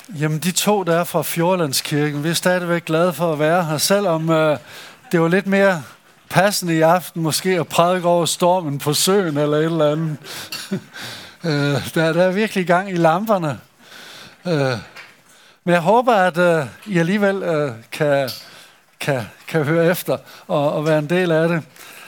Jamen, de to, der er fra Fjordlandskirken, vi er stadigvæk glade for at være her, selvom det var lidt mere passende i aften, måske at prædike over stormen på søen eller et eller andet. Der er virkelig gang i lamperne. Men jeg håber, at I alligevel kan høre efter og være en del af det.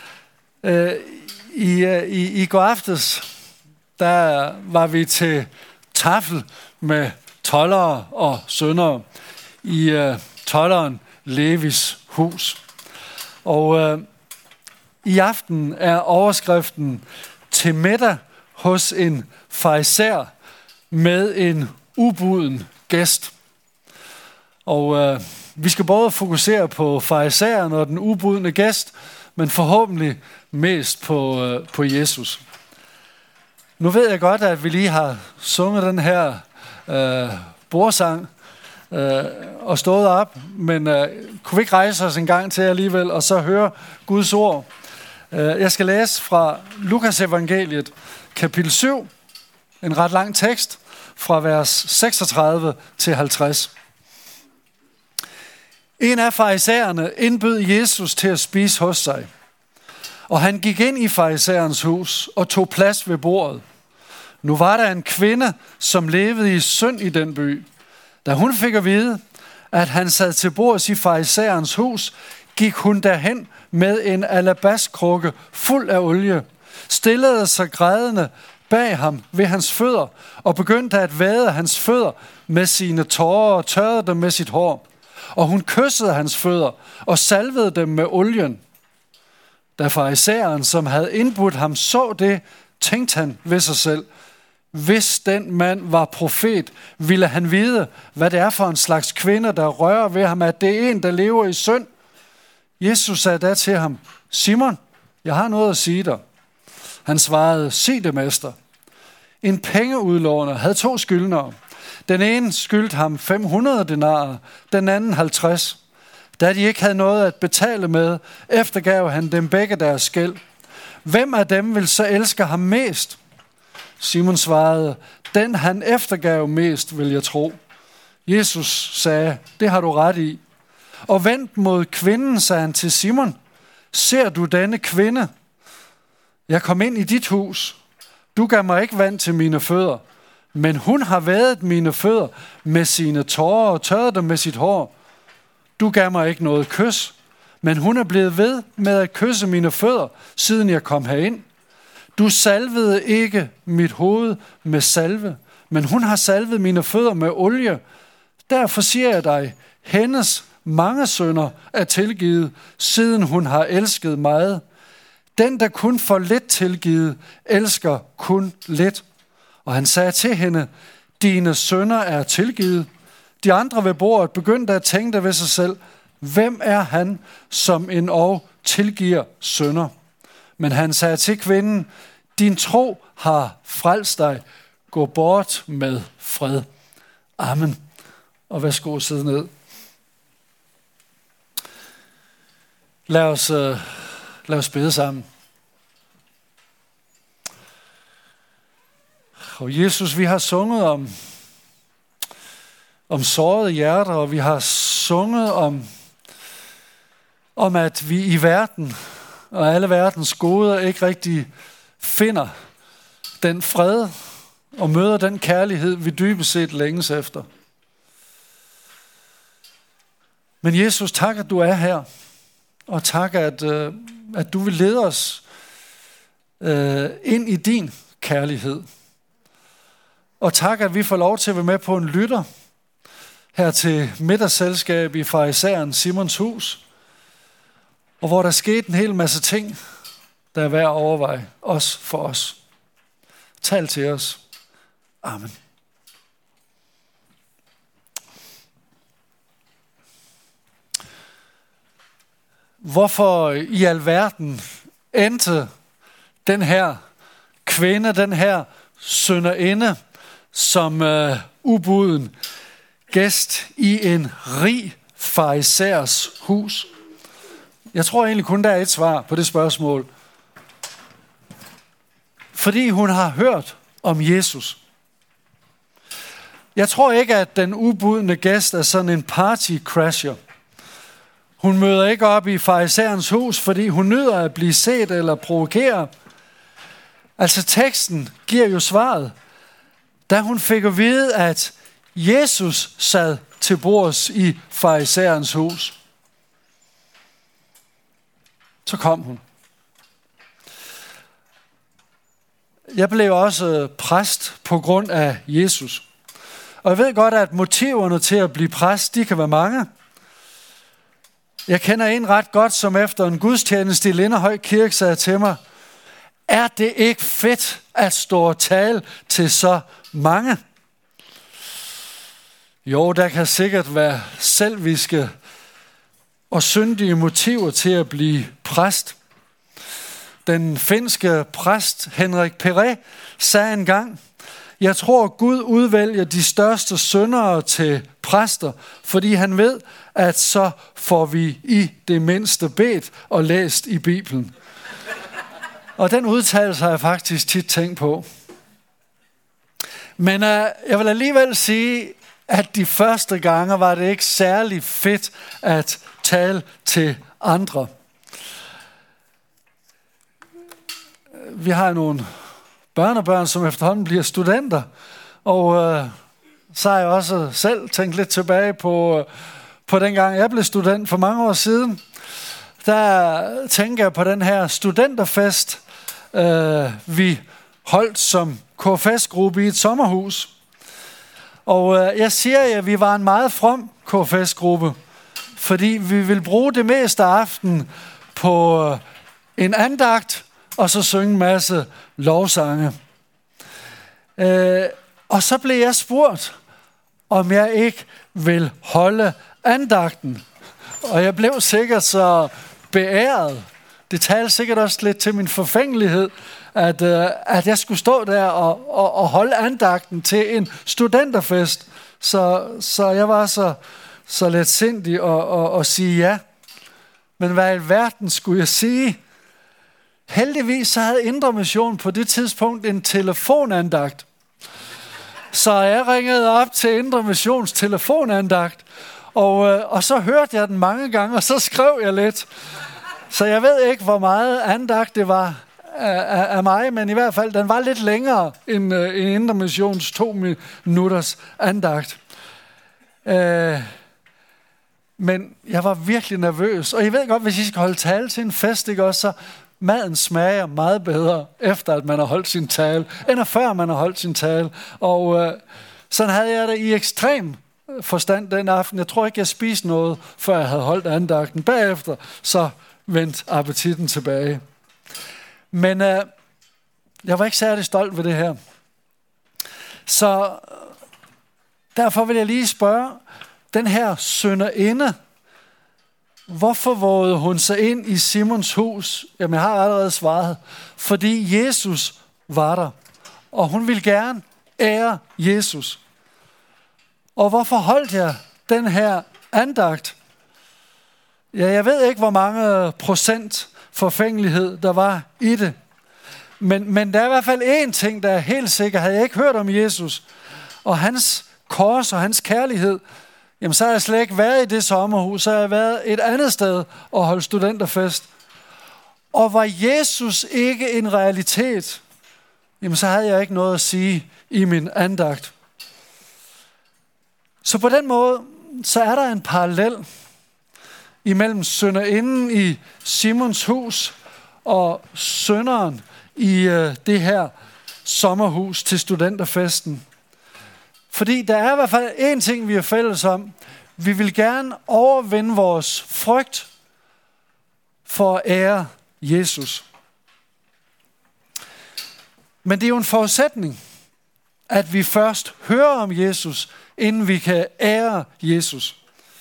I går aftes, der var vi til tafel med toldere og syndere i tolderen Levis hus. Og i aften er overskriften til middag hos en farisæer med en ubuden gæst. Og vi skal både fokusere på farisæeren og den ubudne gæst, men forhåbentlig mest på Jesus. Nu ved jeg godt, at vi lige har sunget den her bordsang og stået op, men kunne vi ikke rejse os en gang til alligevel, og så høre Guds ord? Jeg skal læse fra Lukas evangeliet, kapitel 7, en ret lang tekst, fra vers 36 til 50. En af farisæerne indbød Jesus til at spise hos sig, og han gik ind i farisæerens hus og tog plads ved bordet. Nu var der en kvinde, som levede i synd i den by. Da hun fik at vide, at han sad til bords i farisæerens hus, gik hun derhen med en alabastkrukke fuld af olie, stillede sig grædende bag ham ved hans fødder og begyndte at vade hans fødder med sine tårer og tørrede dem med sit hår. Og hun kyssede hans fødder og salvede dem med olien. Da farisæeren, som havde indbudt ham, så det, tænkte han ved sig selv: hvis den mand var profet, ville han vide, hvad det er for en slags kvinde, der rører ved ham, at det er en, der lever i synd. Jesus sagde da til ham: Simon, jeg har noget at sige dig. Han svarede: sig det, mester. En pengeudlåner havde 2 skyldnere. Den ene skyldte ham 500 denarer, den anden 50. Da de ikke havde noget at betale med, eftergav han dem begge deres gæld. Hvem af dem vil så elske ham mest? Simon svarede: den han eftergav mest, vil jeg tro. Jesus sagde: det har du ret i. Og vendt mod kvinden, sagde han til Simon: ser du denne kvinde? Jeg kom ind i dit hus. Du gav mig ikke vand til mine fødder, men hun har vædet mine fødder med sine tårer og tørret dem med sit hår. Du gav mig ikke noget kys, men hun er blevet ved med at kysse mine fødder, siden jeg kom herind. Du salvede ikke mit hoved med salve, men hun har salvet mine fødder med olie. Derfor siger jeg dig, hendes mange synder er tilgivet, siden hun har elsket meget. Den, der kun får lidt tilgivet, elsker kun lidt. Og han sagde til hende: dine synder er tilgivet. De andre ved bordet begyndte at tænke ved sig selv: hvem er han, som endog tilgiver synder? Men han sagde til kvinden: din tro har frelst dig. Gå bort med fred. Amen. Og værsgo at sidde ned. Lad os bede sammen. Og Jesus, vi har sunget om sårede hjerter, og vi har sunget om at vi i verden og alle verdens goder ikke rigtig finder den fred og møder den kærlighed, vi dybest set længes efter. Men Jesus, tak, at du er her, og tak, at du vil lede os ind i din kærlighed. Og tak, at vi får lov til at være med på en lytter her til middagsselskab i farisæeren Simons hus, og hvor der skete en hel masse ting, der er værd at overveje, også for os. Tal til os. Amen. Hvorfor i alverden endte den her kvinde, den her synderinde, som ubuden gæst i en rig farisæers hus? Jeg tror egentlig kun, der er et svar på det spørgsmål. Fordi hun har hørt om Jesus. Jeg tror ikke, at den ubudne gæst er sådan en party-crasher. Hun møder ikke op i farisæerens hus, fordi hun nyder at blive set eller provokere. Altså teksten giver jo svaret. Da hun fik at vide, at Jesus sad til bords i farisæerens hus, så kom hun. Jeg blev også præst på grund af Jesus. Og jeg ved godt, at motiverne til at blive præst, de kan være mange. Jeg kender en ret godt, som efter en gudstjeneste i Linderhøj Kirke sagde til mig, er det ikke fedt at stå og tale til så mange? Jo, der kan sikkert være selviske og syndige motiver til at blive præst. Den finske præst Henrik Perret sagde engang, jeg tror Gud udvælger de største syndere til præster, fordi han ved, at så får vi i det mindste bedt og læst i Bibelen. Og den udtalelse har jeg faktisk tit tænkt på. Men jeg vil alligevel sige, at de første gange var det ikke særlig fedt at tale til andre. Vi har nogle børnebørn, som efterhånden bliver studenter, og så har jeg også selv tænkt lidt tilbage på den gang, jeg blev student for mange år siden. Der tænker jeg på den her studenterfest, vi holdt som KFS-gruppe i et sommerhus. Og jeg siger, at vi var en meget from KFS-gruppe, fordi vi ville bruge det meste af aftenen på en andagt, og så synge en masse lovsange. Og så blev jeg spurgt, om jeg ikke vil holde andagten. Og jeg blev sikkert så beæret. Det talte sikkert også lidt til min forfængelighed, at jeg skulle stå der og holde andagten til en studenterfest. Så jeg var så letsindig og sige ja. Men hvad i verden skulle jeg sige? Heldigvis så havde Indre Mission på det tidspunkt en telefonandagt. Så jeg ringede op til Indre Missions telefonandagt, og så hørte jeg den mange gange, og så skrev jeg lidt. Så jeg ved ikke, hvor meget andagt det var af mig, men i hvert fald, den var lidt længere end Indre Missions 2 minutters andagt. Men jeg var virkelig nervøs, og jeg ved godt, hvis I skal holde tale til en fest, ikke også, så maden smager meget bedre, efter at man har holdt sin tale, end før man har holdt sin tale. Og sådan havde jeg det i ekstrem forstand den aften. Jeg tror ikke, jeg spiste noget, før jeg havde holdt andagten. Bagefter så vendte appetitten tilbage. Men jeg var ikke særlig stolt ved det her. Så derfor vil jeg lige spørge, den her synderinde, hvorfor vågede hun sig ind i Simons hus? Jamen, jeg har allerede svaret. Fordi Jesus var der, og hun ville gerne ære Jesus. Og hvorfor holdt jeg den her andagt? Ja, jeg ved ikke, hvor mange procent forfængelighed der var i det. Men der er i hvert fald én ting, der er helt sikker. Havde jeg ikke hørt om Jesus og hans kors og hans kærlighed, jamen så har jeg slet ikke været i det sommerhus, så har jeg været et andet sted og holdt studenterfest. Og var Jesus ikke en realitet, jamen så havde jeg ikke noget at sige i min andagt. Så på den måde, så er der en parallel imellem synderinden i Simons hus og synderen i det her sommerhus til studenterfesten. Fordi der er i hvert fald én ting, vi er fælles om. Vi vil gerne overvinde vores frygt for at ære Jesus. Men det er jo en forudsætning, at vi først hører om Jesus, inden vi kan ære Jesus.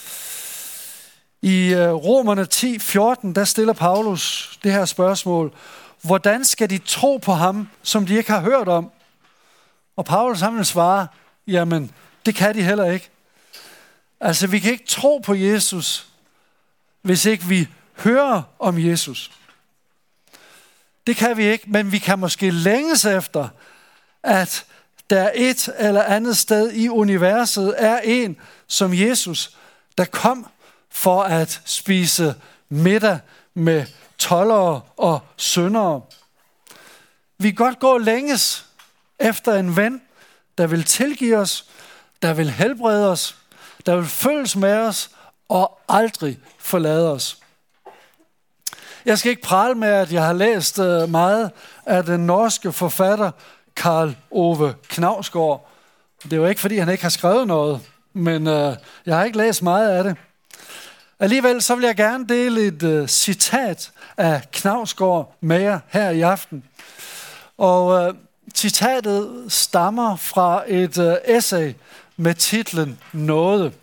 I Romerne 10:14, der stiller Paulus det her spørgsmål. Hvordan skal de tro på ham, som de ikke har hørt om? Og Paulus han vil svare, jamen, det kan de heller ikke. Altså, vi kan ikke tro på Jesus, hvis ikke vi hører om Jesus. Det kan vi ikke, men vi kan måske længes efter, at der et eller andet sted i universet er en som Jesus, der kom for at spise middag med toldere og syndere. Vi kan godt gå længes efter en ven, der vil tilgive os, der vil helbrede os, der vil følges med os og aldrig forlade os. Jeg skal ikke prale med, at jeg har læst meget af den norske forfatter Karl Ove Knausgård. Det er jo ikke, fordi han ikke har skrevet noget, men jeg har ikke læst meget af det. Alligevel så vil jeg gerne dele et citat af Knausgård med jer her i aften. Og citatet stammer fra et essay med titlen Nåde.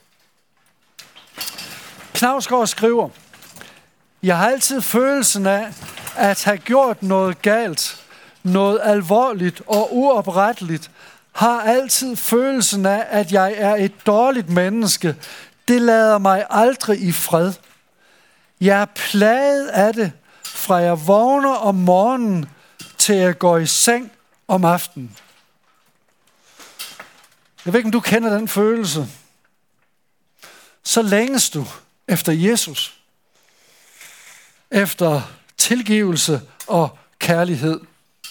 Knausgård skriver: Jeg har altid følelsen af at have gjort noget galt, noget alvorligt og uopretteligt. Har altid følelsen af, at jeg er et dårligt menneske. Det lader mig aldrig i fred. Jeg er plaget af det, fra jeg vågner om morgenen, til jeg går i seng om aftenen. Jeg ved ikke, om du kender den følelse. Så længes du efter Jesus. Efter tilgivelse og kærlighed.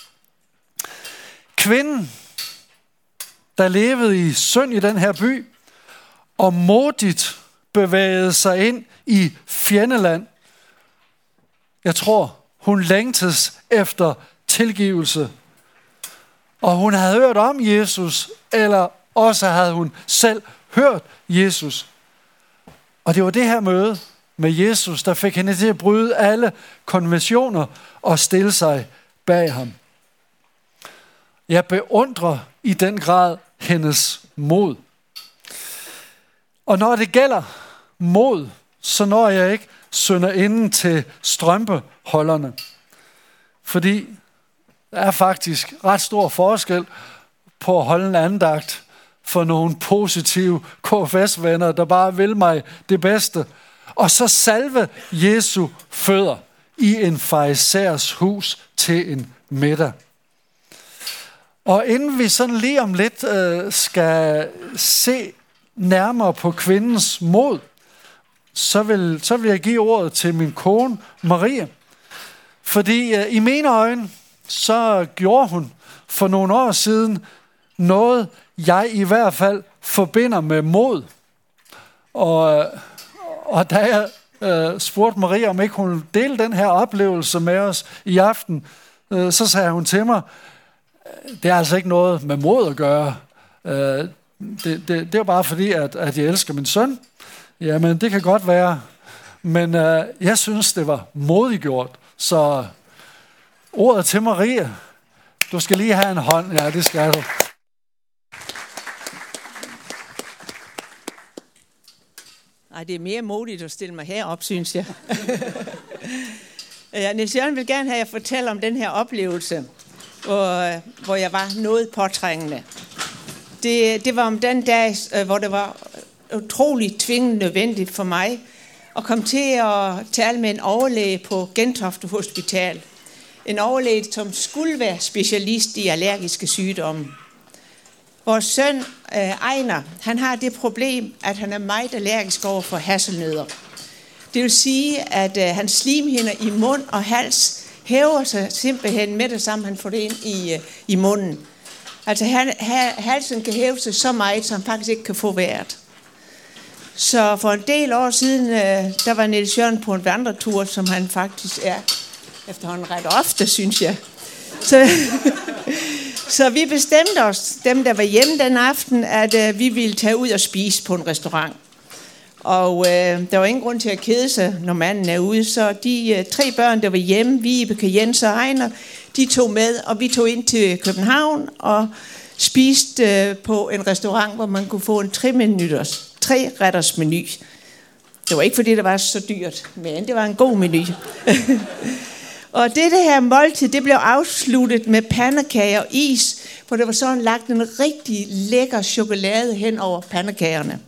Kvinden, der levede i synd i den her by, og modigt bevægede sig ind i fjendeland. Jeg tror, hun længtes efter tilgivelse. Og hun havde hørt om Jesus, eller også havde hun selv hørt Jesus. Og det var det her møde med Jesus, der fik hende til at bryde alle konventioner og stille sig bag ham. Jeg beundrer i den grad hendes mod. Og når det gælder mod, så når jeg ikke synderinden til strømpeholderne. Fordi der er faktisk ret stor forskel på at holde en andagt for nogle positive KFS-venner, der bare vil mig det bedste. Og så salve Jesu fødder i en farisæers hus til en middag. Og inden vi sådan lige om lidt skal se nærmere på kvindens mod, så vil jeg give ordet til min kone Marie. Fordi i mine øjne, så gjorde hun for nogle år siden noget, jeg i hvert fald forbinder med mod. Og da jeg spurgte Marie, om ikke hun ville dele den her oplevelse med os i aften, så sagde hun til mig, det er altså ikke noget med mod at gøre. Det er bare fordi, at jeg elsker min søn. Jamen, det kan godt være. Men jeg synes, det var modiggjort. Så ordet til Marie. Du skal lige have en hånd. Ja, det skal du. Nej, det er mere modigt at stille mig herop, synes jeg. Niels Jørgen vil gerne have, at jeg fortæller om den her oplevelse, hvor jeg var noget påtrængende. Det var om den dag, hvor det var utroligt tvingende nødvendigt for mig at komme til at tale med en overlæge på Gentofte Hospital. En overlæge, som skulle være specialist i allergiske sygdomme. Vores søn Ejner, han har det problem, at han er meget allergisk over for hasselnødder. Det vil sige, at hans slimhinder i mund og hals hæver sig simpelthen med det samme, han får det ind i munden. Altså halsen kan hæve sig så meget, så han faktisk ikke kan få vejret. Så for en del år siden, der var Niels Jørgen på en vandretur, som han faktisk er efterhånden ret ofte, synes jeg. Så vi bestemte os, dem der var hjemme den aften, at vi ville tage ud og spise på en restaurant. Og der var ingen grund til at kede sig, når manden er ude. Så de 3 børn, der var hjemme, Vibeke, Jens og Ejner, de tog med, og vi tog ind til København og spiste på en restaurant, hvor man kunne få en 3-retters menu. Det var ikke fordi, det var så dyrt, men det var en god menu. Og det her måltid, det blev afsluttet med pandekager og is, hvor der var sådan lagt en rigtig lækker chokolade hen over pandekagerne.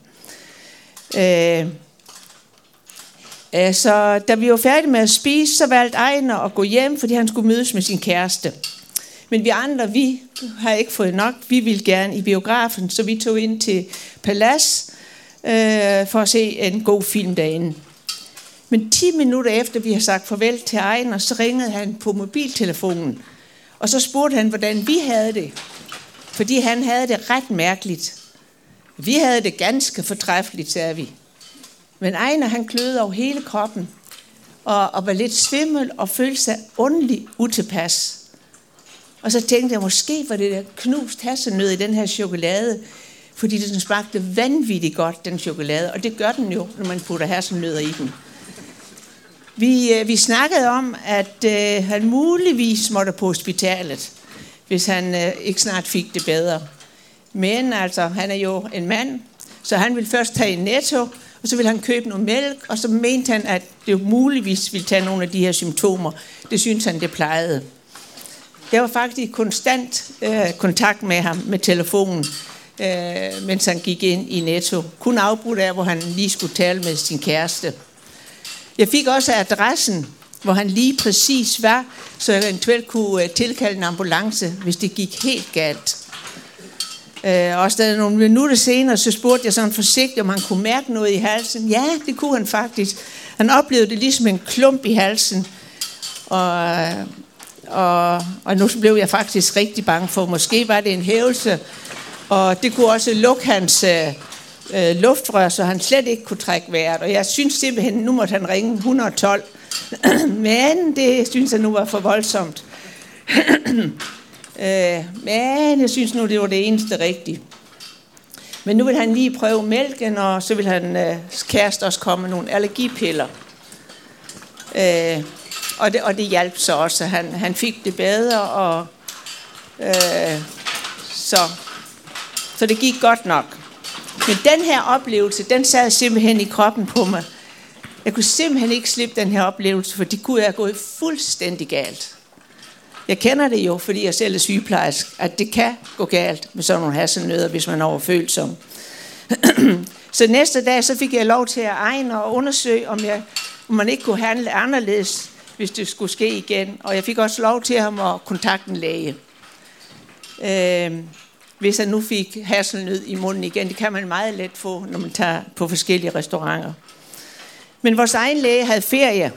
Så da vi var færdige med at spise, så valgte Ejner at gå hjem, fordi han skulle mødes med sin kæreste. Men vi andre, vi har ikke fået nok. Vi ville gerne i biografen, så vi tog ind til Palace for at se en god film derinde. Men 10 minutter efter vi har sagt farvel til Ejner, så ringede han på mobiltelefonen. Og så spurgte han, hvordan vi havde det. Fordi han havde det ret mærkeligt. Vi havde det ganske fortræffeligt, sagde vi. Men Ejner, han kløede over hele kroppen. Og var lidt svimmel og følte sig underligt utilpas. Og så tænkte jeg, måske var det der knust hasselnød i den her chokolade, fordi den smagte vanvittigt godt, den chokolade. Og det gør den jo, når man putter hasselnødder i den. Vi snakkede om, at han muligvis måtte på hospitalet, hvis han ikke snart fik det bedre. Men altså, han er jo en mand, så han ville først tage en Netto, og så ville han købe noget mælk, og så mente han, at det muligvis ville tage nogle af de her symptomer. Det synes han, det plejede. Jeg var faktisk i konstant kontakt med ham med telefonen, mens han gik ind i Netto. Kun afbrudt af, hvor han lige skulle tale med sin kæreste. Jeg fik også adressen, hvor han lige præcis var, så jeg eventuelt kunne tilkalde en ambulance, hvis det gik helt galt. Også nogle minutter senere, så spurgte jeg sådan forsigtigt, om han kunne mærke noget i halsen. Ja, det kunne han faktisk. Han oplevede det ligesom en klump i halsen. Og nu blev jeg faktisk rigtig bange for, måske var det en hævelse. Og det kunne også lukke hans luftrør, så han slet ikke kunne trække vejret. Og jeg synes simpelthen, nu måtte han ringe 112. Men det synes jeg nu var for voldsomt. Men jeg synes nu, det var det eneste rigtige. Men nu vil han lige prøve mælken, og så vil han kæreste også komme med nogle allergipiller. Og det hjalp så også. Han fik det bedre, og så det gik godt nok. Men den her oplevelse, den sad simpelthen i kroppen på mig. Jeg kunne simpelthen ikke slippe den her oplevelse, for det kunne have gået fuldstændig galt. Jeg kender det jo, fordi jeg selv er sygeplejerske, at det kan gå galt med sådan nogle hasselnødder, hvis man er overfølsom. Så næste dag, så fik jeg lov til at egne og undersøge, om man ikke kunne handle anderledes, hvis det skulle ske igen. Og jeg fik også lov til ham at kontakte en læge. Hvis han nu fik hasselnød i munden igen. Det kan man meget let få, når man tager på forskellige restauranter. Men vores egen læge havde ferie.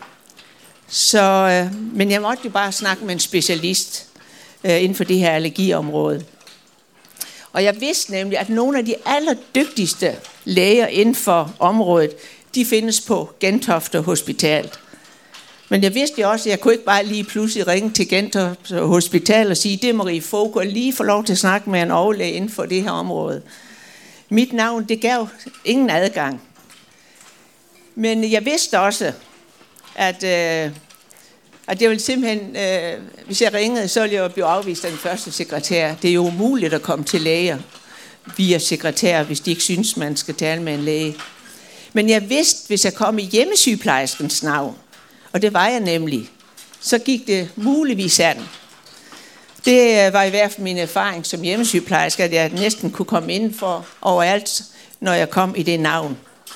Men jeg måtte jo bare snakke med en specialist inden for det her allergiområde. Og jeg vidste nemlig, at nogle af de allerdygtigste læger inden for området, de findes på Gentofte Hospital. Men jeg vidste jo også, at jeg kunne ikke bare lige pludselig ringe til Gentofte Hospital og sige, det er Marie Fogh, og lige få lov til at snakke med en overlæge inden for det her område. Mit navn, det gav ingen adgang. Men jeg vidste også, at jeg ville simpelthen, hvis jeg ringede, så ville jeg blive afvist af den første sekretær. Det er jo umuligt at komme til læger via sekretær, hvis de ikke synes, man skal tale med en læge. Men jeg vidste, hvis jeg kom i hjemmesygeplejerskens navn, og det var jeg nemlig, så gik det muligvis an. Det var i hvert fald min erfaring som hjemmesygeplejerske, at jeg næsten kunne komme ind for overalt, når jeg kom i det navn.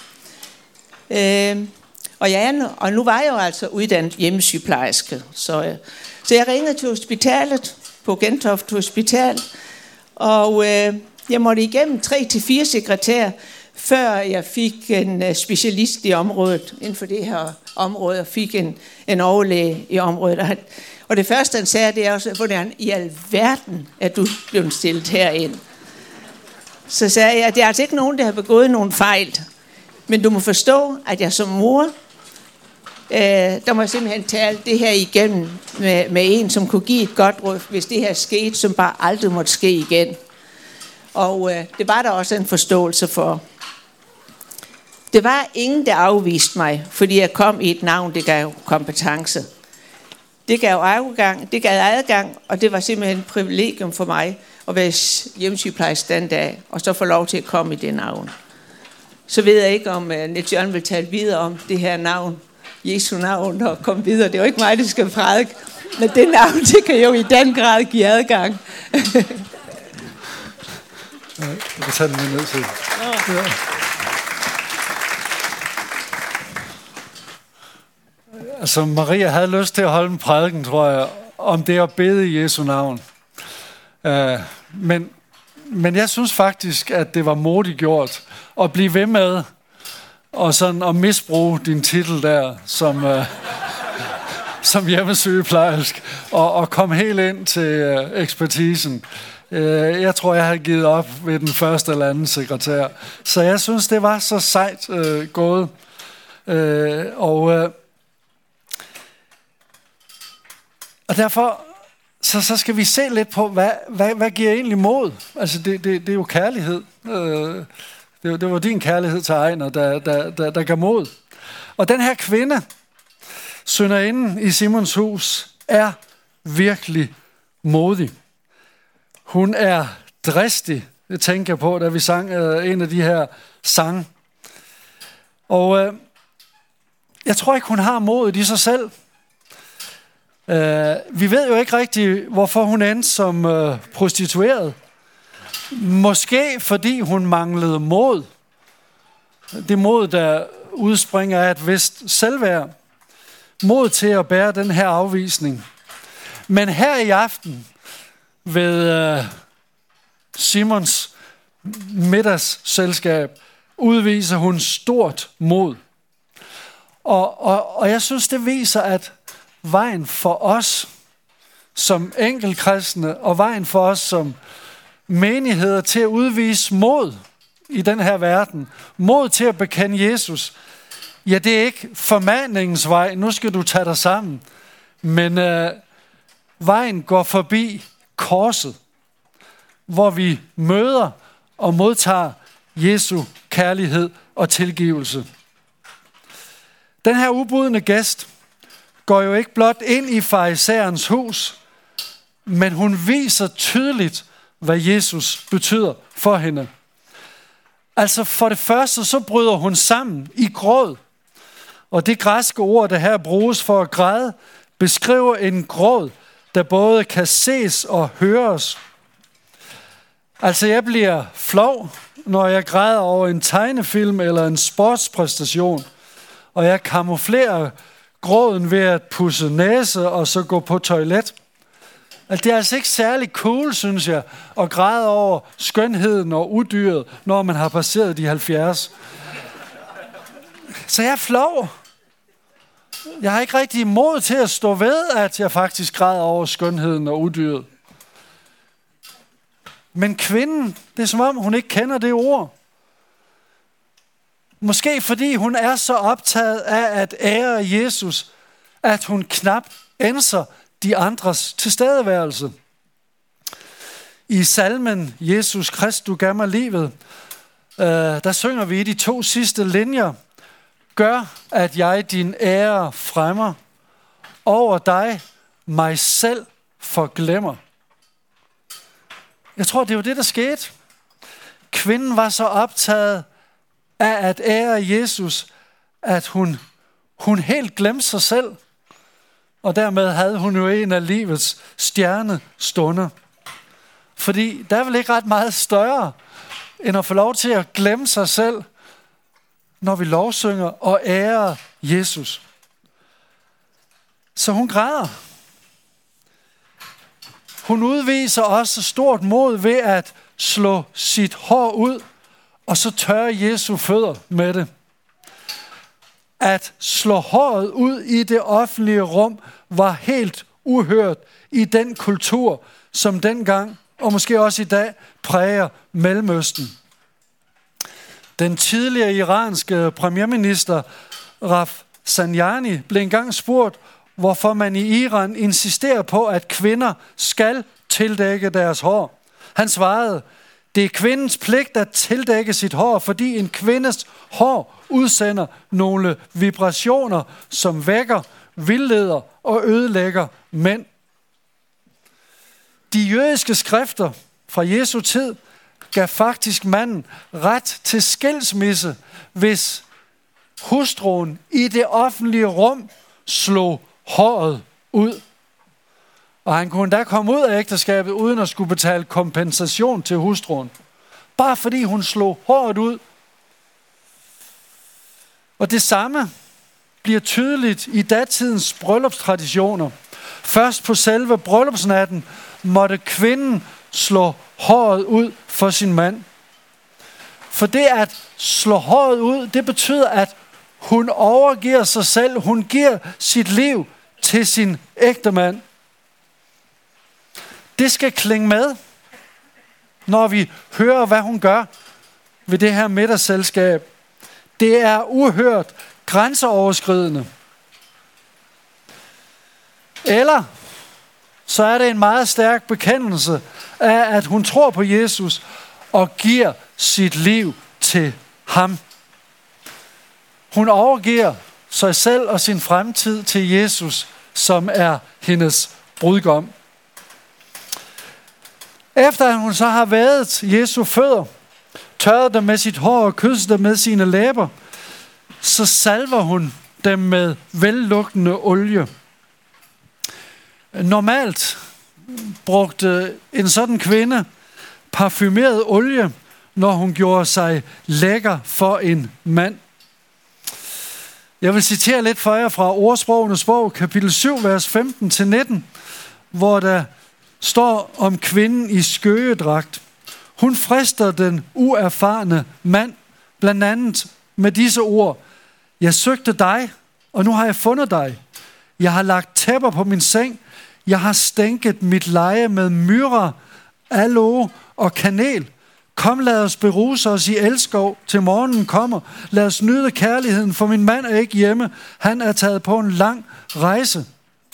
Og nu var jeg jo altså uddannet hjemmesygeplejerske, så jeg ringede til hospitalet, på Gentofte Hospital, og jeg måtte igennem 3-4 sekretærer, før jeg fik en specialist i området, inden for det her område, og fik en overlæge i området. Og det første, han sagde, det er også, hvordan i alverden er du blevet stillet herind? Så sagde jeg, at det er altså ikke nogen, der har begået nogen fejl, men du må forstå, at jeg som mor, der må jeg simpelthen tale det her igennem med en, som kunne give et godt råd, hvis det her skete, som bare aldrig måtte ske igen. Og det var der også en forståelse for. Det var ingen, der afviste mig, fordi jeg kom i et navn, det gav kompetence. Det gav adgang, og det var simpelthen et privilegium for mig at være hjemmesygeplejerske den dag, og så få lov til at komme i det navn. Så ved jeg ikke, om Niels Jørgen vil tale videre om det her navn, Jesu navn, og komme videre. Det er jo ikke mig, der skal prædike, men det navn, det kan jo i den grad give adgang. Ja, jeg kan tage den med ned til. Ja. Altså, Maria havde lyst til at holde en prædiken, tror jeg, om det at bede i Jesu navn. Men jeg synes faktisk, at det var modigt gjort at blive ved med og sådan at misbruge din titel der som hjemmesygeplejersk og komme helt ind til ekspertisen. Jeg tror, jeg har givet op ved den første eller anden sekretær. Så jeg synes, det var så sejt gået. Og derfor så skal vi se lidt på, hvad giver egentlig mod? Altså, det er jo kærlighed. Det var din kærlighed til Ejner, der gav mod. Og den her kvinde, synderinden i Simons hus, er virkelig modig. Hun er dristig. Det tænker jeg på, da vi sang en af de her sange. Og jeg tror ikke, hun har modet i sig selv. Vi ved jo ikke rigtig, hvorfor hun endte som prostitueret. Måske fordi hun manglede mod. Det mod, der udspringer af et vist selvværd. Mod til at bære den her afvisning. Men her i aften ved Simons middagsselskab udviser hun stort mod. Og jeg synes, det viser, at vejen for os som enkeltkristne og vejen for os som menigheder til at udvise mod i den her verden, mod til at bekende Jesus, ja, det er ikke formaningens vej, nu skal du tage dig sammen, men vejen går forbi korset, hvor vi møder og modtager Jesu kærlighed og tilgivelse. Den her ubudne gæst går jo ikke blot ind i farisæerens hus, men hun viser tydeligt, hvad Jesus betyder for hende. Altså for det første, så bryder hun sammen i gråd. Og det græske ord, der her bruges for at græde, beskriver en gråd, der både kan ses og høres. Altså jeg bliver flov, når jeg græder over en tegnefilm eller en sportspræstation, og jeg kamuflerer gråden ved at pudse næse og så gå på toilet. Altså, det er altså ikke særlig cool, synes jeg, at græde over skønheden og udyret, når man har passeret de 70. Så jeg er flov. Jeg har ikke rigtig mod til at stå ved, at jeg faktisk græder over skønheden og udyret. Men kvinden, det er som om, hun ikke kender det ord. Måske fordi hun er så optaget af at ære Jesus, at hun knap ænser de andres tilstedeværelse. I salmen Jesus Krist, du gav mig livet, der synger vi i de 2 sidste linjer: gør, at jeg din ære fremmer, over dig mig selv forglemmer. Jeg tror, det var det, der skete. Kvinden var så optaget af at ære Jesus, at hun helt glemte sig selv. Og dermed havde hun jo en af livets stjernestunder. Fordi der er vel ikke ret meget større, end at få lov til at glemme sig selv, når vi lovsynger og ærer Jesus. Så hun græder. Hun udviser også stort mod ved at slå sit hår ud, og så tørre Jesu fødder med det. At slå håret ud i det offentlige rum var helt uhørt i den kultur, som dengang, og måske også i dag, præger Mellemøsten. Den tidligere iranske premierminister Rafsanjani blev engang spurgt, hvorfor man i Iran insisterer på, at kvinder skal tildække deres hår. Han svarede: det er kvindens pligt at tildække sit hår, fordi en kvindes hår udsender nogle vibrationer, som vækker, vildleder og ødelægger mænd. De jødiske skrifter fra Jesu tid gav faktisk manden ret til skilsmisse, hvis hustruen i det offentlige rum slog håret ud. Og han kunne da komme ud af ægteskabet uden at skulle betale kompensation til hustruen. Bare fordi hun slog håret ud. Og det samme bliver tydeligt i datidens bryllupstraditioner. Først på selve bryllupsnatten måtte kvinden slå håret ud for sin mand. For det at slå håret ud, det betyder, at hun overgiver sig selv. Hun giver sit liv til sin ægtemand. Det skal klinge med, når vi hører, hvad hun gør ved det her middagsselskab. Det er uhørt, grænseoverskridende. Eller så er det en meget stærk bekendelse af, at hun tror på Jesus og giver sit liv til ham. Hun overgiver sig selv og sin fremtid til Jesus, som er hendes brudgom. Efter at hun så har vædet Jesu fødder, tørret dem med sit hår og kysset dem med sine læber, så salver hun dem med vellugtende olie. Normalt brugte en sådan kvinde parfumeret olie, når hun gjorde sig lækker for en mand. Jeg vil citere lidt for jer fra Ordsprogenes bog, kapitel 7, vers 15-19, hvor der står om kvinden i skøgedragt. Hun frister den uerfarne mand, blandt andet med disse ord: Jeg søgte dig, og nu har jeg fundet dig. Jeg har lagt tæpper på min seng. Jeg har stænket mit leje med myrra, aloe og kanel. Kom, lad os beruse os i elskov, til morgenen kommer. Lad os nyde kærligheden, for min mand er ikke hjemme. Han er taget på en lang rejse.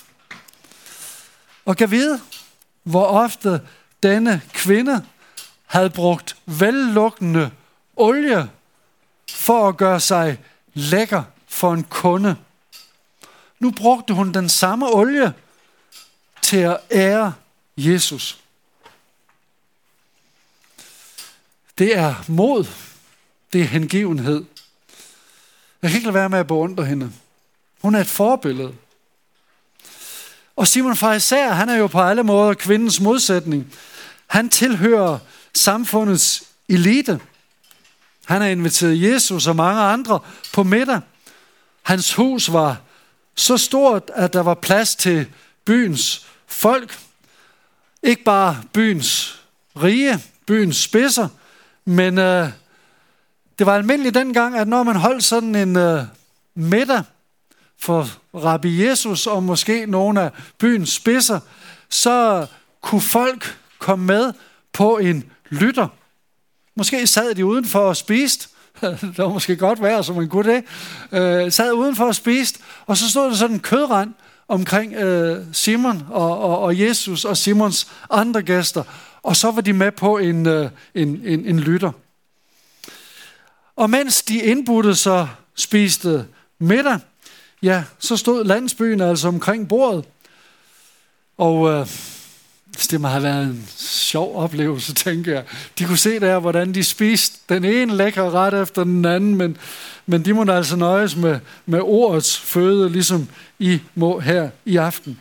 Og kan vide, hvor ofte denne kvinde havde brugt vellugtende olie for at gøre sig lækker for en kunde. Nu brugte hun den samme olie til at ære Jesus. Det er mod. Det er hengivenhed. Jeg kan ikke lade være med at beundre hende. Hun er et forbillede. Og Simon Farisæer, han er jo på alle måder kvindens modsætning. Han tilhører samfundets elite. Han har inviteret Jesus og mange andre på middag. Hans hus var så stort, at der var plads til byens folk. Ikke bare byens rige, byens spidser, men det var almindeligt dengang, at når man holdt sådan en middag for Rabbi Jesus og måske nogle af byens spidser, så kunne folk komme med på en lytter. Måske sad de udenfor og spiste. Det var måske godt være, så man kunne det. Sad udenfor og spiste, og så stod der sådan en kødrand omkring Simon og Jesus og Simons andre gæster. Og så var de med på en lytter. Og mens de indbudte så spiste middag, ja, så stod landsbyen altså omkring bordet. Og det må have været en sjov oplevelse, tænker jeg. De kunne se der, hvordan de spiste den ene lækre ret efter den anden, men de må altså nøjes med ordets føde, ligesom I må her i aften.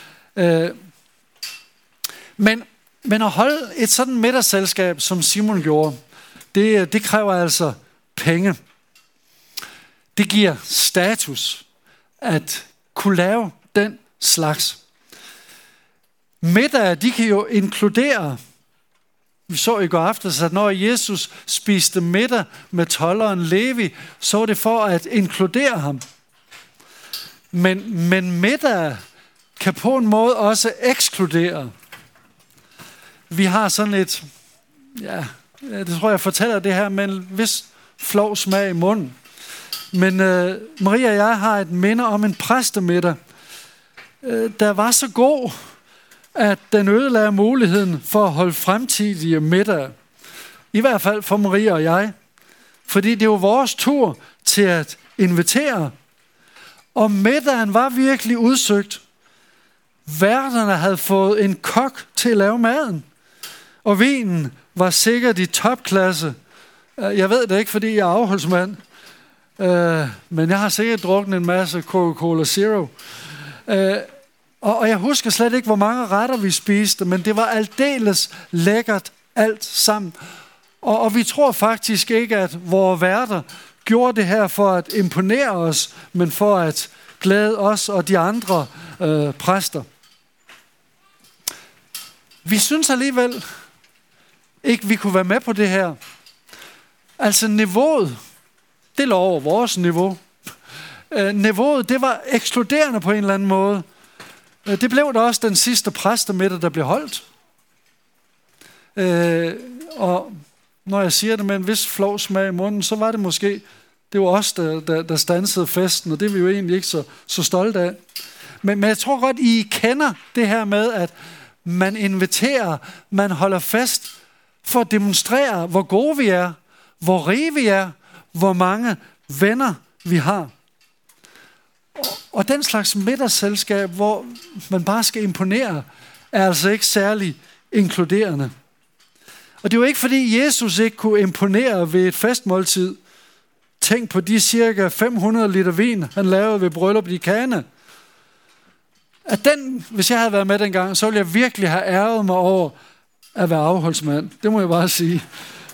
Men at holde et sådan middagsselskab, som Simon gjorde, det kræver altså penge. Det giver status at kunne lave den slags. Middag, de kan jo inkludere, vi så i går aftes, at når Jesus spiste middag med tolderen Levi, så var det for at inkludere ham. Men middag kan på en måde også ekskludere. Vi har sådan et, ja, det tror jeg fortæller det her, med en vis flov smag i munden. Men Maria og jeg har et minde om en præstemiddag, der var så god, at den ødelagde muligheden for at holde fremtidige middag. I hvert fald for Maria og jeg. Fordi det var vores tur til at invitere. Og middagen var virkelig udsøgt. Værterne havde fået en kok til at lave maden. Og vinen var sikkert i topklasse. Jeg ved det ikke, fordi jeg er afholdsmand. Men jeg har sikkert drukket en masse Coca-Cola Zero. Og jeg husker slet ikke, hvor mange retter vi spiste, men det var aldeles lækkert alt sammen. Og vi tror faktisk ikke, at vores værter gjorde det her for at imponere os, men for at glæde os og de andre præster. Vi synes alligevel, ikke vi kunne være med på det her. Altså niveauet, det lå over vores niveau. Niveauet, det var ekskluderende på en eller anden måde. Det blev da også den sidste præstemiddag, der blev holdt. Og når jeg siger det med en vis flov smag i munden, så var det måske, det var os, der stansede festen, og det er vi jo egentlig ikke så stolte af. Men jeg tror godt, I kender det her med, at man inviterer, man holder fest for at demonstrere, hvor gode vi er, hvor rige vi er, hvor mange venner vi har. Og den slags middagsselskab, hvor man bare skal imponere, er altså ikke særlig inkluderende. Og det er jo ikke, fordi Jesus ikke kunne imponere ved et festmåltid. Tænk på de cirka 500 liter vin, han lavede ved bryllup i Kana. At den, hvis jeg havde været med dengang, så ville jeg virkelig have ærget mig over at være afholdsmand. Det må jeg bare sige.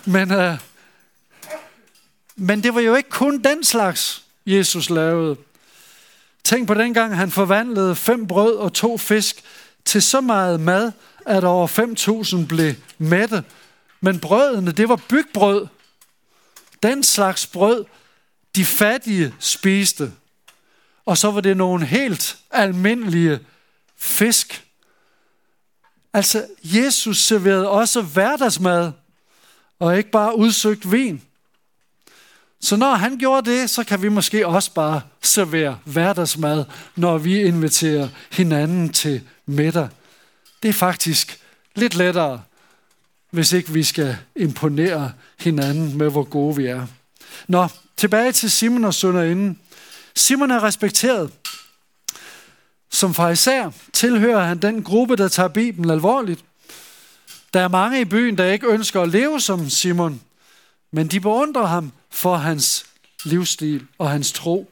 Men det var jo ikke kun den slags, Jesus lavede. Tænk på dengang, han forvandlede 5 brød og 2 fisk til så meget mad, at over 5.000 blev mætte. Men brødene, det var bygbrød. Den slags brød, de fattige spiste. Og så var det nogle helt almindelige fisk. Altså, Jesus serverede også hverdagsmad, og ikke bare udsøgt vin. Så når han gjorde det, så kan vi måske også bare servere hverdagsmad, når vi inviterer hinanden til middag. Det er faktisk lidt lettere, hvis ikke vi skal imponere hinanden med, hvor gode vi er. Nå, tilbage til Simon og sønderinden. Simon er respekteret. Som farisæer tilhører han den gruppe, der tager Bibelen alvorligt. Der er mange i byen, der ikke ønsker at leve som Simon, men de beundrer ham for hans livsstil og hans tro.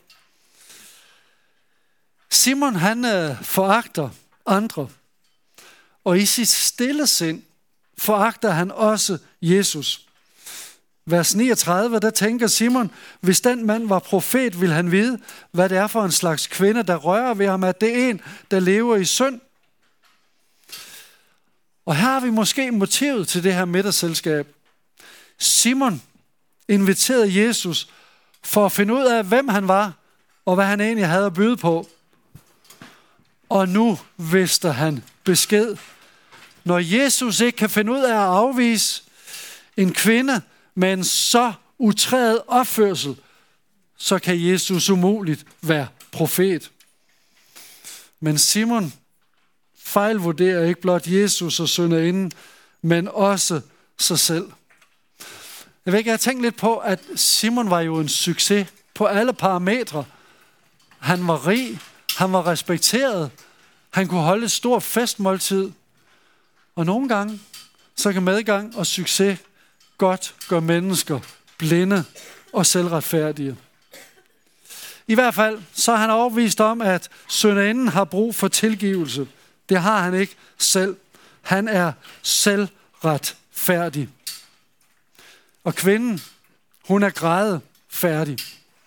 Simon, han foragter andre, og i sit stille sind foragter han også Jesus. Vers 39, der tænker Simon, hvis den mand var profet, ville han vide, hvad det er for en slags kvinde, der rører ved ham, at det er en, der lever i synd. Og her har vi måske motivet til det her middagsselskab. Simon inviterede Jesus for at finde ud af, hvem han var, og hvad han egentlig havde at byde på. Og nu vidste han besked. Når Jesus ikke kan finde ud af at afvise en kvinde med en så utrædet opførsel, så kan Jesus umuligt være profet. Men Simon fejlvurderer ikke blot Jesus og synderinden, men også sig selv. Jeg har tænkt lidt på, at Simon var jo en succes på alle parametre. Han var rig, han var respekteret, han kunne holde et stort festmåltid. Og nogle gange, så kan medgang og succes godt gøre mennesker blinde og selvretfærdige. I hvert fald, så er han overbevist om, at synderinden har brug for tilgivelse. Det har han ikke selv. Han er selvretfærdig. Og kvinden, hun er grædefærdig.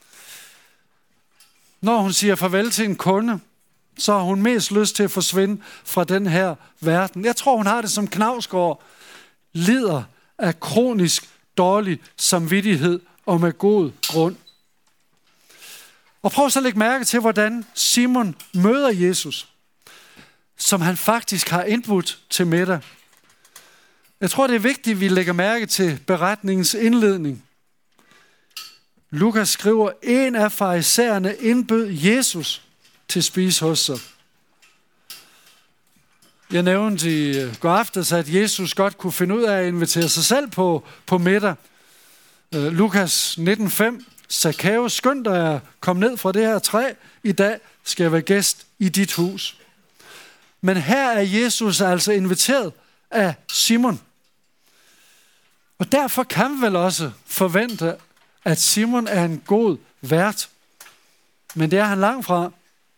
Når hun siger farvel til en kunde, så har hun mest lyst til at forsvinde fra den her verden. Jeg tror, hun har det som Knausgård, lider af kronisk dårlig samvittighed og med god grund. Og prøv så at lægge mærke til, hvordan Simon møder Jesus, som han faktisk har indbudt til middag. Jeg tror, det er vigtigt, at vi lægger mærke til beretningens indledning. Lukas skriver, en af farisæerne indbød Jesus til spise hos sig. Jeg nævnte i går aftes, at Jesus godt kunne finde ud af at invitere sig selv på middag. Lukas 19:5. Zacchaeus, skynd dig at komme ned fra det her træ. I dag skal jeg være gæst i dit hus. Men her er Jesus altså inviteret af Simon. Og derfor kan vi vel også forvente, at Simon er en god vært. Men det er han langt fra.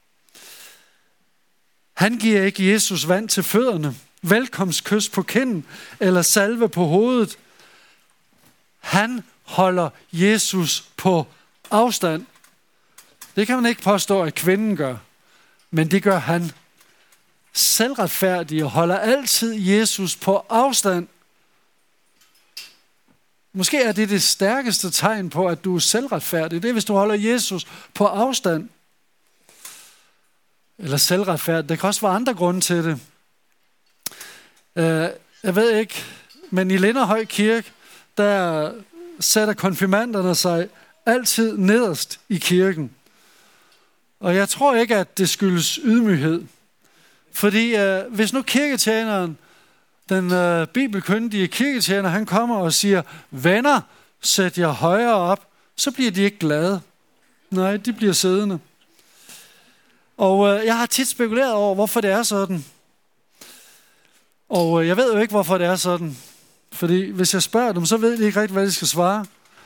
Han giver ikke Jesus vand til fødderne, velkomstkys på kinden eller salve på hovedet. Han holder Jesus på afstand. Det kan man ikke påstå, at kvinden gør, men det gør han. Selvretfærdig og holder altid Jesus på afstand. Måske er det stærkeste tegn på, at du er selvretfærdig. Det er, hvis du holder Jesus på afstand. Eller selvretfærdig. Der kan også være andre grunde til det. Jeg ved ikke, men i Linderhøj Kirke, der sætter konfirmanderne sig altid nederst i kirken. Og jeg tror ikke, at det skyldes ydmyghed. Fordi hvis nu kirketjeneren, den bibelkyndige kirketjener, han kommer og siger, venner, sæt jer højere op, så bliver de ikke glade. Nej, de bliver siddende. Og jeg har tit spekuleret over, hvorfor det er sådan. Og jeg ved jo ikke, hvorfor det er sådan. Fordi hvis jeg spørger dem, så ved de ikke rigtig, hvad de skal svare.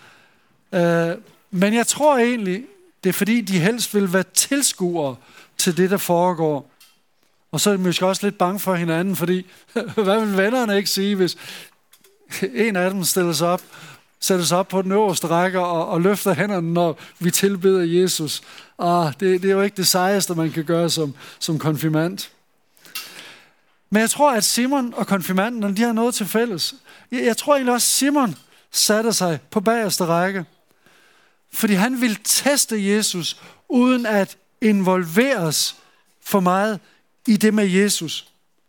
Men jeg tror egentlig, det er fordi, de helst vil være tilskuere til det, der foregår. Og så er de måske også lidt bange for hinanden, fordi hvad vil vennerne ikke sige, hvis en af dem sætter sig op på den øverste række og løfter hænderne, når vi tilbeder Jesus. Det er jo ikke det sejeste, man kan gøre som konfirmand. Men jeg tror, at Simon og konfirmanden, de har noget til fælles. Jeg tror egentlig også, at Simon satte sig på bagerste række. Fordi han ville teste Jesus, uden at involveres for meget i det med Jesus.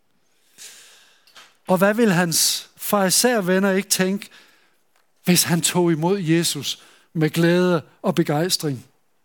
Og hvad vil hans farisæervenner ikke tænke, hvis han tog imod Jesus med glæde og begejstring?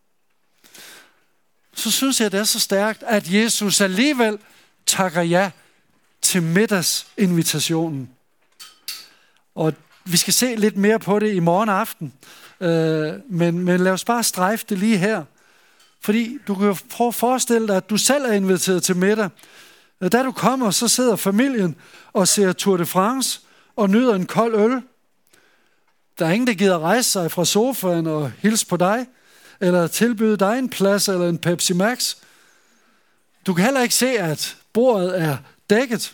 Så synes jeg, det er så stærkt, at Jesus alligevel takker ja til middagsinvitationen. Og vi skal se lidt mere på det i morgen aften. Men lad os bare strejfe det lige her. Fordi du kan jo prøve at forestille dig, at du selv er inviteret til middag. Da du kommer, så sidder familien og ser Tour de France og nyder en kold øl. Der er ingen, der gider rejse sig fra sofaen og hilse på dig, eller tilbyde dig en plads eller en Pepsi Max. Du kan heller ikke se, at bordet er dækket.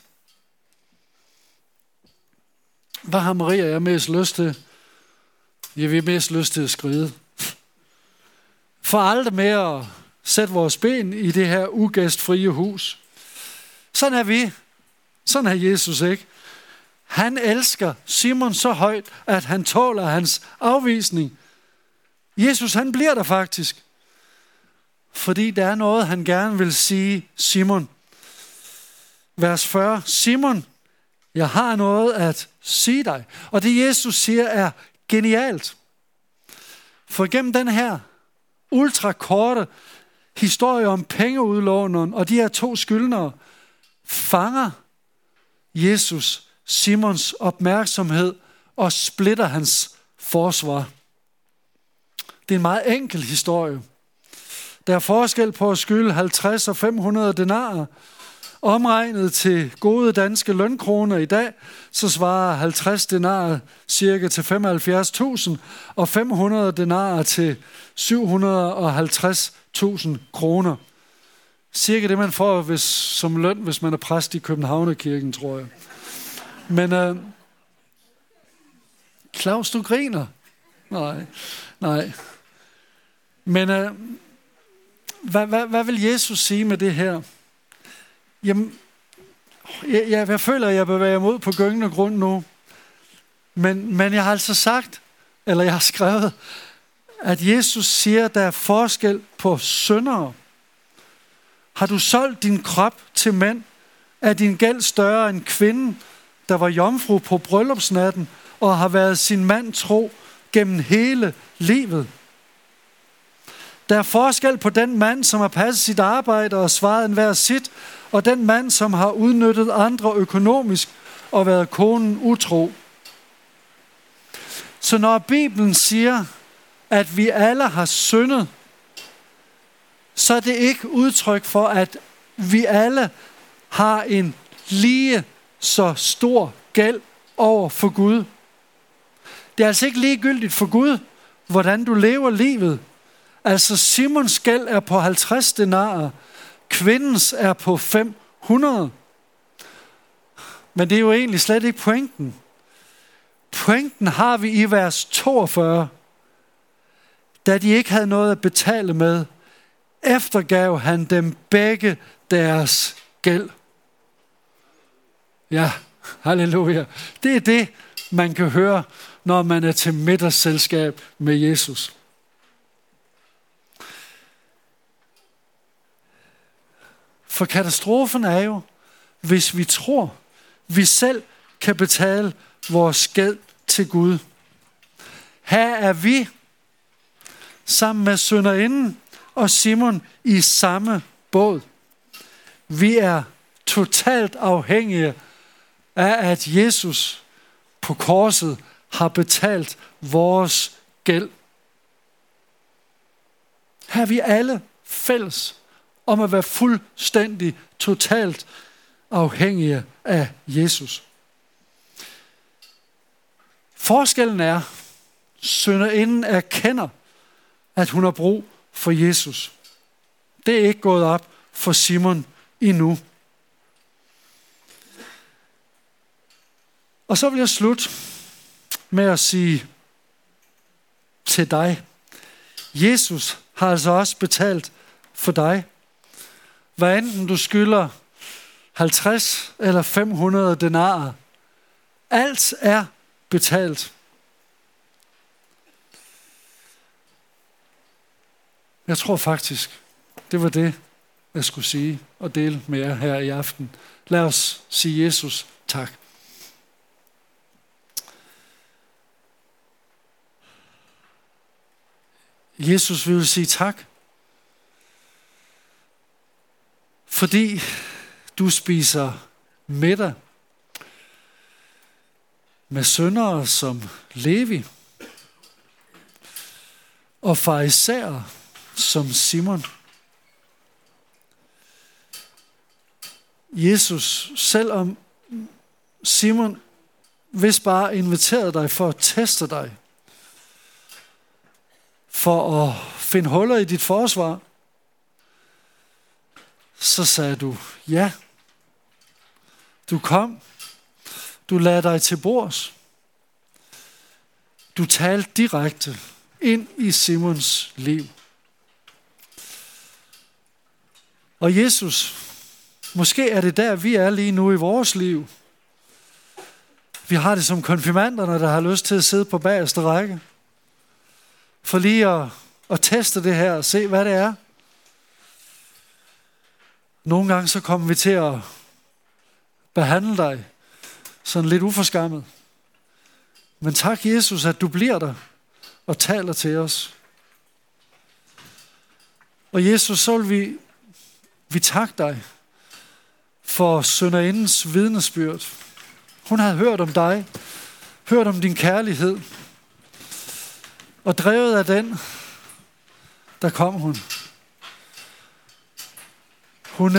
Hvad har Maria og jeg mest lyst til? Ja, vi har mest lyst til at skride. For aldrig mere at sætte vores ben i det her ugæstfrie hus. Sådan er vi. Sådan er Jesus ikke. Han elsker Simon så højt, at han tåler hans afvisning. Jesus, han bliver der faktisk. Fordi der er noget, han gerne vil sige Simon. Vers 40. Simon, jeg har noget at sige dig. Og det Jesus siger er genialt. For gennem den her ultrakorte historie om pengeudlåneren og de her to skyldnere, fanger Jesus Simons opmærksomhed og splitter hans forsvar. Det er en meget enkel historie. Der er forskel på at skylde 50 og 500 denarer. Omregnet til gode danske lønkroner i dag, så svarer 50 denarer cirka til 75.000, og 500 denarer til 750.000 kroner. Cirka det, man får som løn, hvis man er præst i Københavnerkirken, tror jeg. Men Claus, du griner. Nej. Men hvad vil Jesus sige med det her? Jamen, jeg føler, at jeg bevæger mig ud på gyngende grund nu. Men jeg har altså sagt, eller jeg har skrevet, at Jesus siger, at der er forskel på syndere. Har du solgt din krop til mænd? Er din gæld større end kvinden, der var jomfru på bryllupsnatten og har været sin mand tro gennem hele livet? Der er forskel på den mand, som har passet sit arbejde og svaret enhver sit, og den mand, som har udnyttet andre økonomisk og været konen utro. Så når Bibelen siger, at vi alle har syndet, så er det ikke udtryk for, at vi alle har en lige så stor gæld over for Gud. Det er altså ikke ligegyldigt for Gud, hvordan du lever livet. Altså Simons gæld er på 50 denarer, kvindens er på 500. Men det er jo egentlig slet ikke pointen. Pointen har vi i vers 42. Da de ikke havde noget at betale med, eftergav han dem begge deres gæld. Ja, halleluja. Det er det, man kan høre, når man er til middagsselskab med Jesus. For katastrofen er jo, hvis vi tror, vi selv kan betale vores gæld til Gud. Her er vi sammen med synderinden og Simon i samme båd. Vi er totalt afhængige af, at Jesus på korset har betalt vores gæld. Her er vi alle fælles om at være fuldstændig, totalt afhængige af Jesus. Forskellen er, synderinden erkender, at hun har brug for Jesus. Det er ikke gået op for Simon endnu. Og så vil jeg slutte med at sige til dig, Jesus har altså også betalt for dig. Hvad enten du skylder 50 eller 500 denarer, alt er betalt. Jeg tror faktisk, det var det, jeg skulle sige og dele med jer her i aften. Lad os sige Jesus tak. Jesus vil sige tak, fordi du spiser middag med syndere som Levi og farisæere som Simon. Jesus, selvom Simon vist bare inviterede dig for at teste dig, for at finde huller i dit forsvar, så sagde du ja. Du kom. Du lagde dig til bords. Du talte direkte ind i Simons liv. Og Jesus, måske er det der, vi er lige nu i vores liv. Vi har det som konfirmanderne, der har lyst til at sidde på bagerste række. For lige at teste det her og se, hvad det er. Nogle gange så kommer vi til at behandle dig sådan lidt uforskammet. Men tak, Jesus, at du bliver der og taler til os. Og Jesus, så vil vi takke dig for synderindens vidnesbyrd. Hun havde hørt om dig, hørt om din kærlighed, og drevet af den, der kom hun. Hun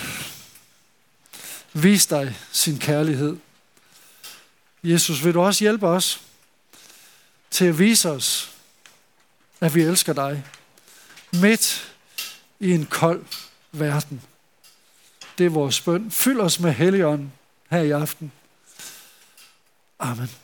viste dig sin kærlighed. Jesus, vil du også hjælpe os til at vise os, at vi elsker dig midt i en kold verden. Det er vores bøn. Fyld os med Helligånden her i aften. Amen.